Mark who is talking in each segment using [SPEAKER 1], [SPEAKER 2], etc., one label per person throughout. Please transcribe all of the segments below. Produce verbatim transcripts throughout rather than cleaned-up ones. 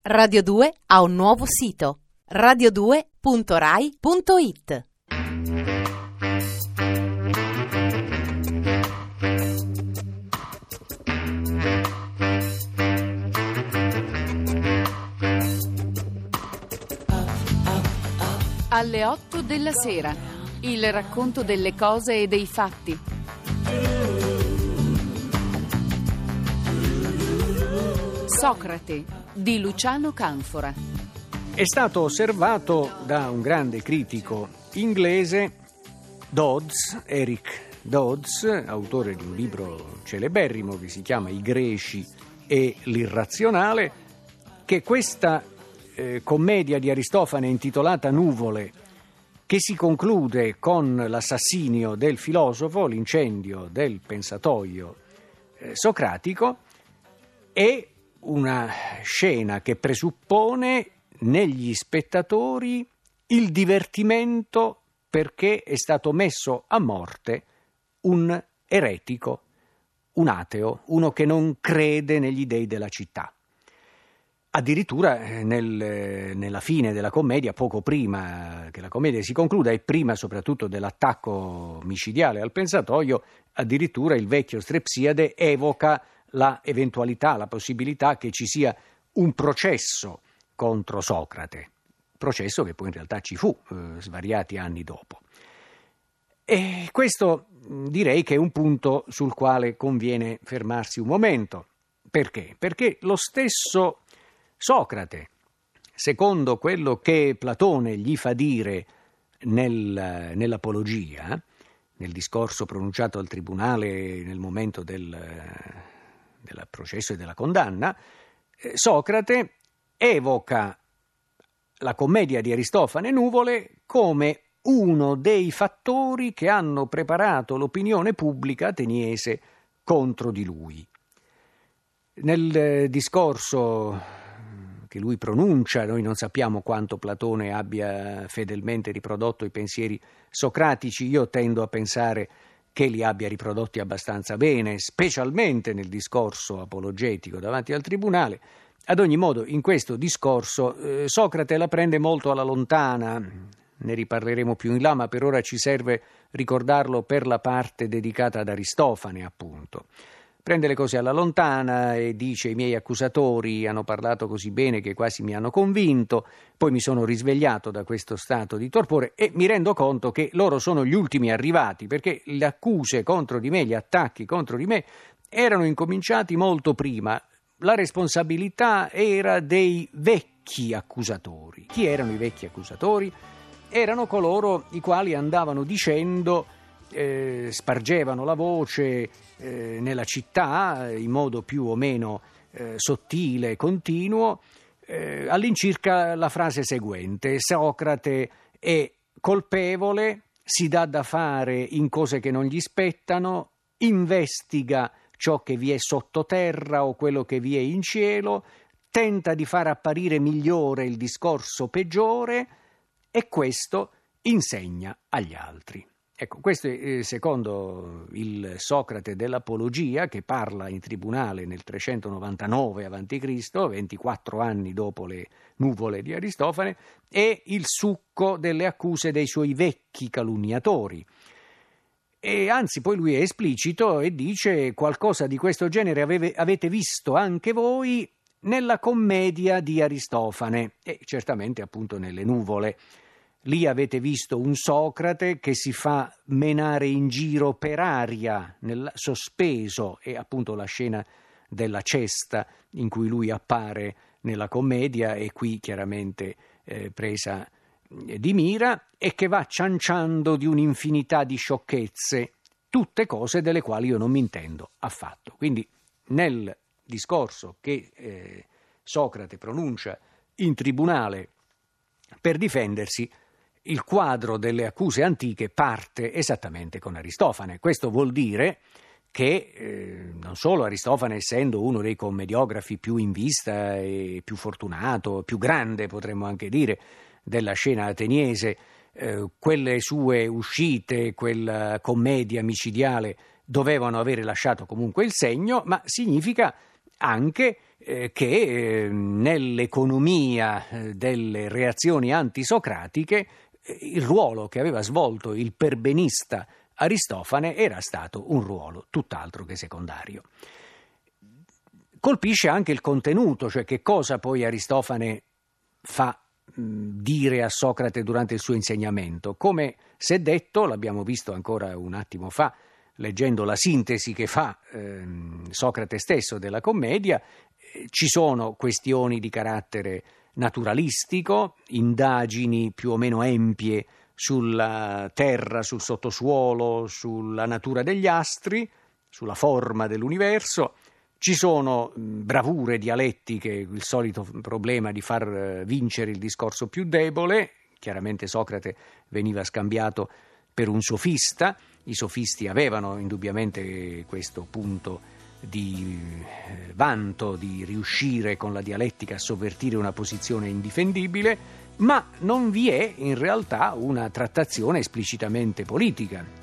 [SPEAKER 1] Radio due ha un nuovo sito: radio due punto rai punto it.
[SPEAKER 2] Alle otto della sera, il racconto delle cose e dei fatti. Socrate di Luciano Canfora.
[SPEAKER 3] È stato osservato da un grande critico inglese, Dodds, Eric Dodds, autore di un libro celeberrimo che si chiama I Greci e l'irrazionale, che questa eh, commedia di Aristofane intitolata Nuvole, che si conclude con l'assassinio del filosofo, l'incendio del pensatoio eh, socratico, è una scena che presuppone negli spettatori il divertimento perché è stato messo a morte un eretico, un ateo, uno che non crede negli dei della città. Addirittura nel, nella fine della commedia, poco prima che la commedia si concluda e prima soprattutto dell'attacco micidiale al pensatoio, addirittura il vecchio Strepsiade evoca la eventualità, la possibilità che ci sia un processo contro Socrate, processo che poi in realtà ci fu eh, svariati anni dopo. E questo direi che è un punto sul quale conviene fermarsi un momento. Perché? Perché lo stesso Socrate, secondo quello che Platone gli fa dire nel, nell'Apologia, nel discorso pronunciato al tribunale nel momento del, del processo e della condanna, Socrate evoca la commedia di Aristofane Nuvole come uno dei fattori che hanno preparato l'opinione pubblica ateniese contro di lui. Nel discorso che lui pronuncia, noi non sappiamo quanto Platone abbia fedelmente riprodotto i pensieri socratici, io tendo a pensare che li abbia riprodotti abbastanza bene, specialmente nel discorso apologetico davanti al tribunale. Ad ogni modo, in questo discorso eh, Socrate la prende molto alla lontana, ne riparleremo più in là, ma per ora ci serve ricordarlo per la parte dedicata ad Aristofane, appunto. Prende le cose alla lontana e dice: i miei accusatori hanno parlato così bene che quasi mi hanno convinto, poi mi sono risvegliato da questo stato di torpore e mi rendo conto che loro sono gli ultimi arrivati, perché le accuse contro di me, gli attacchi contro di me erano incominciati molto prima. La responsabilità era dei vecchi accusatori. Chi erano i vecchi accusatori? Erano coloro i quali andavano dicendo, eh, spargevano la voce eh, nella città in modo più o meno eh, sottile e continuo, eh, all'incirca la frase seguente: Socrate è colpevole, si dà da fare in cose che non gli spettano, investiga ciò che vi è sottoterra o quello che vi è in cielo, tenta di far apparire migliore il discorso peggiore e questo insegna agli altri. Ecco, questo è secondo il Socrate dell'Apologia, che parla in tribunale nel trecentonovantanove avanti Cristo, ventiquattro anni dopo le nuvole di Aristofane, è il succo delle accuse dei suoi vecchi calunniatori. E anzi poi lui è esplicito e dice: qualcosa di questo genere aveve, avete visto anche voi nella commedia di Aristofane, e certamente appunto nelle nuvole. Lì avete visto un Socrate che si fa menare in giro per aria, nel sospeso, e appunto la scena della cesta in cui lui appare nella commedia è qui chiaramente eh, presa di mira, e che va cianciando di un'infinità di sciocchezze, tutte cose delle quali io non mi intendo affatto. Quindi nel discorso che eh, Socrate pronuncia in tribunale per difendersi, il quadro delle accuse antiche parte esattamente con Aristofane. Questo vuol dire che eh, non solo Aristofane, essendo uno dei commediografi più in vista e più fortunato, più grande potremmo anche dire, della scena ateniese, eh, quelle sue uscite, quella commedia micidiale dovevano avere lasciato comunque il segno, ma significa anche eh, che eh, nell'economia eh, delle reazioni antisocratiche eh, il ruolo che aveva svolto il perbenista Aristofane era stato un ruolo tutt'altro che secondario. Colpisce anche il contenuto, cioè che cosa poi Aristofane fa dire a Socrate durante il suo insegnamento. Come si è detto, l'abbiamo visto ancora un attimo fa, leggendo la sintesi che fa eh, Socrate stesso della commedia, eh, ci sono questioni di carattere naturalistico, indagini più o meno empie sulla terra, sul sottosuolo, sulla natura degli astri, sulla forma dell'universo. Ci sono bravure dialettiche, il solito problema di far vincere il discorso più debole. Chiaramente Socrate veniva scambiato per un sofista. I sofisti avevano indubbiamente questo punto di vanto di riuscire con la dialettica a sovvertire una posizione indifendibile, ma non vi è in realtà una trattazione esplicitamente politica.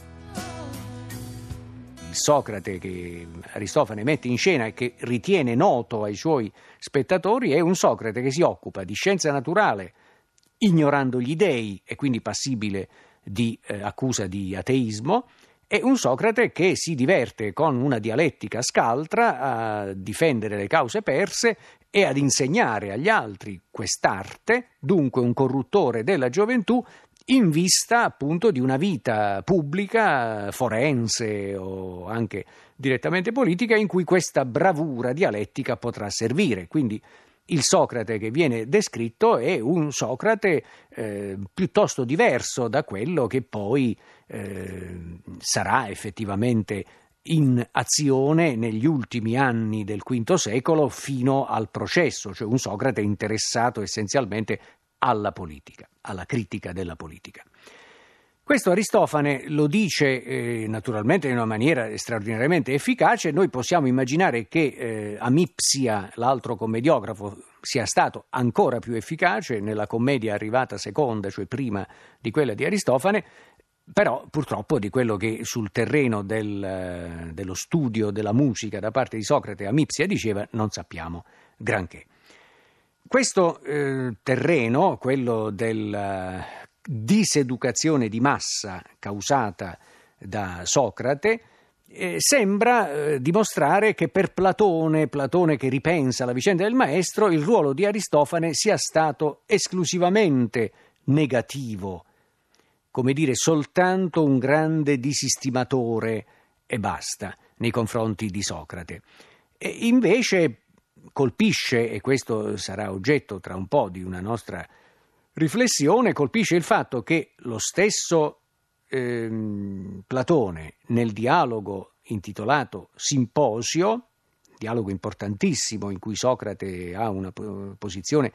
[SPEAKER 3] Il Socrate che Aristofane mette in scena e che ritiene noto ai suoi spettatori è un Socrate che si occupa di scienza naturale ignorando gli dei e quindi passibile di eh, accusa di ateismo, e un Socrate che si diverte con una dialettica scaltra a difendere le cause perse e ad insegnare agli altri quest'arte, dunque un corruttore della gioventù, in vista appunto di una vita pubblica, forense o anche direttamente politica, in cui questa bravura dialettica potrà servire. Quindi il Socrate che viene descritto è un Socrate eh, piuttosto diverso da quello che poi eh, sarà effettivamente in azione negli ultimi anni del quinto secolo fino al processo, cioè un Socrate interessato essenzialmente alla politica, alla critica della politica. Questo Aristofane lo dice eh, naturalmente in una maniera straordinariamente efficace. Noi possiamo immaginare che eh, Amipsia, l'altro commediografo, sia stato ancora più efficace nella commedia arrivata seconda, cioè prima di quella di Aristofane, però purtroppo di quello che sul terreno del, dello studio della musica da parte di Socrate Amipsia diceva non sappiamo granché. Questo eh, terreno, quello della diseducazione di massa causata da Socrate, eh, sembra eh, dimostrare che per Platone, Platone che ripensa la vicenda del maestro, il ruolo di Aristofane sia stato esclusivamente negativo, come dire soltanto un grande disistimatore e basta nei confronti di Socrate. E invece colpisce, e questo sarà oggetto tra un po' di una nostra riflessione, colpisce il fatto che lo stesso ehm, Platone nel dialogo intitolato Simposio, dialogo importantissimo in cui Socrate ha una posizione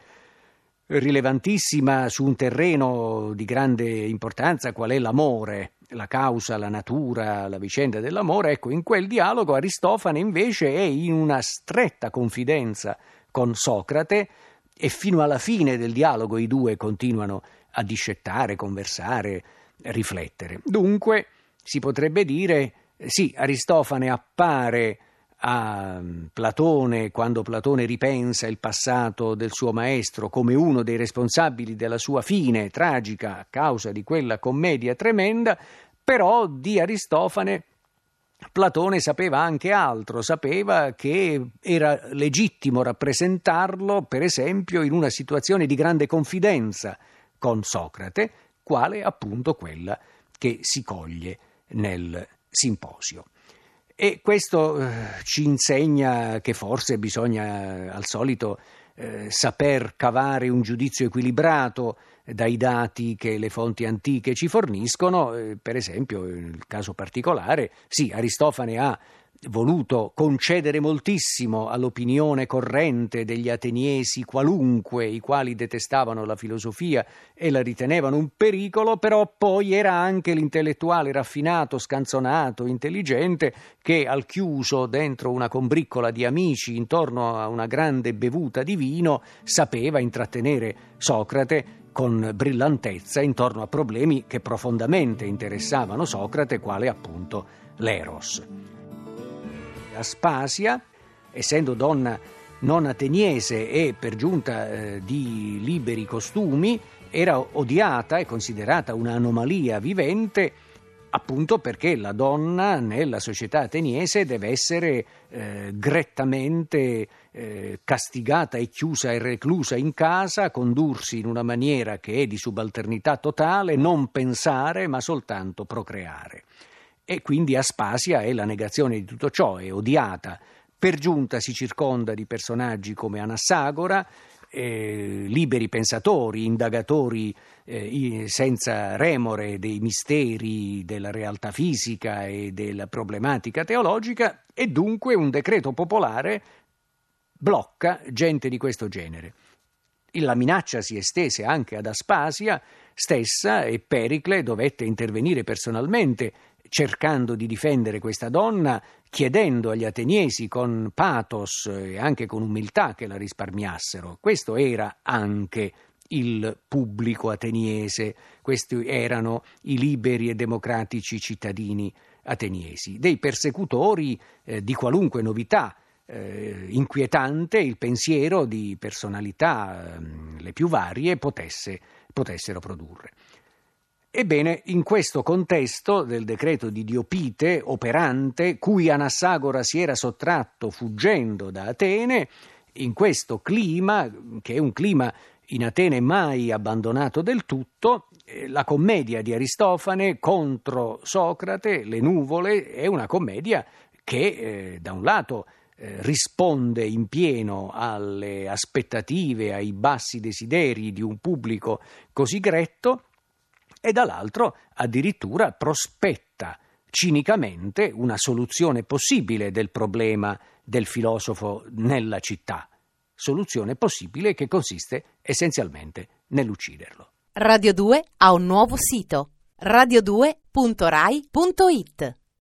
[SPEAKER 3] rilevantissima su un terreno di grande importanza qual è l'amore, la causa, la natura, la vicenda dell'amore, ecco, in quel dialogo Aristofane invece è in una stretta confidenza con Socrate e fino alla fine del dialogo i due continuano a discettare, conversare, riflettere. Dunque si potrebbe dire, sì, Aristofane appare a Platone, quando Platone ripensa il passato del suo maestro, come uno dei responsabili della sua fine tragica a causa di quella commedia tremenda, però di Aristofane Platone sapeva anche altro, sapeva che era legittimo rappresentarlo, per esempio, in una situazione di grande confidenza con Socrate, quale appunto quella che si coglie nel Simposio. E questo eh, ci insegna che forse bisogna eh, al solito eh, saper cavare un giudizio equilibrato dai dati che le fonti antiche ci forniscono. Eh, per esempio, nel caso particolare, sì, Aristofane ha voluto concedere moltissimo all'opinione corrente degli ateniesi qualunque, i quali detestavano la filosofia e la ritenevano un pericolo, però poi era anche l'intellettuale raffinato, scanzonato, intelligente, che al chiuso dentro una combriccola di amici intorno a una grande bevuta di vino sapeva intrattenere Socrate con brillantezza intorno a problemi che profondamente interessavano Socrate, quale appunto l'eros. Aspasia, essendo donna non ateniese e per giunta eh, di liberi costumi, era odiata e considerata un'anomalia vivente, appunto perché la donna nella società ateniese deve essere eh, grettamente eh, castigata e chiusa e reclusa in casa, condursi in una maniera che è di subalternità totale, non pensare ma soltanto procreare. E quindi Aspasia è la negazione di tutto ciò, è odiata. Per giunta si circonda di personaggi come Anassagora, Eh, liberi pensatori, indagatori eh, senza remore dei misteri della realtà fisica e della problematica teologica, e dunque un decreto popolare blocca gente di questo genere. La minaccia si estese anche ad Aspasia stessa e Pericle dovette intervenire personalmente cercando di difendere questa donna, chiedendo agli ateniesi con pathos e anche con umiltà che la risparmiassero. Questo era anche il pubblico ateniese, questi erano i liberi e democratici cittadini ateniesi. Dei persecutori eh, di qualunque novità eh, inquietante il pensiero di personalità eh, le più varie potesse, potessero produrre. Ebbene, in questo contesto del decreto di Diopite, operante, cui Anassagora si era sottratto fuggendo da Atene, in questo clima, che è un clima in Atene mai abbandonato del tutto, la commedia di Aristofane contro Socrate, Le nuvole, è una commedia che eh, da un lato eh, risponde in pieno alle aspettative, ai bassi desideri di un pubblico così gretto, e dall'altro addirittura prospetta cinicamente una soluzione possibile del problema del filosofo nella città, soluzione possibile che consiste essenzialmente nell'ucciderlo.
[SPEAKER 1] Radio due ha un nuovo sito, radio due punto rai punto it.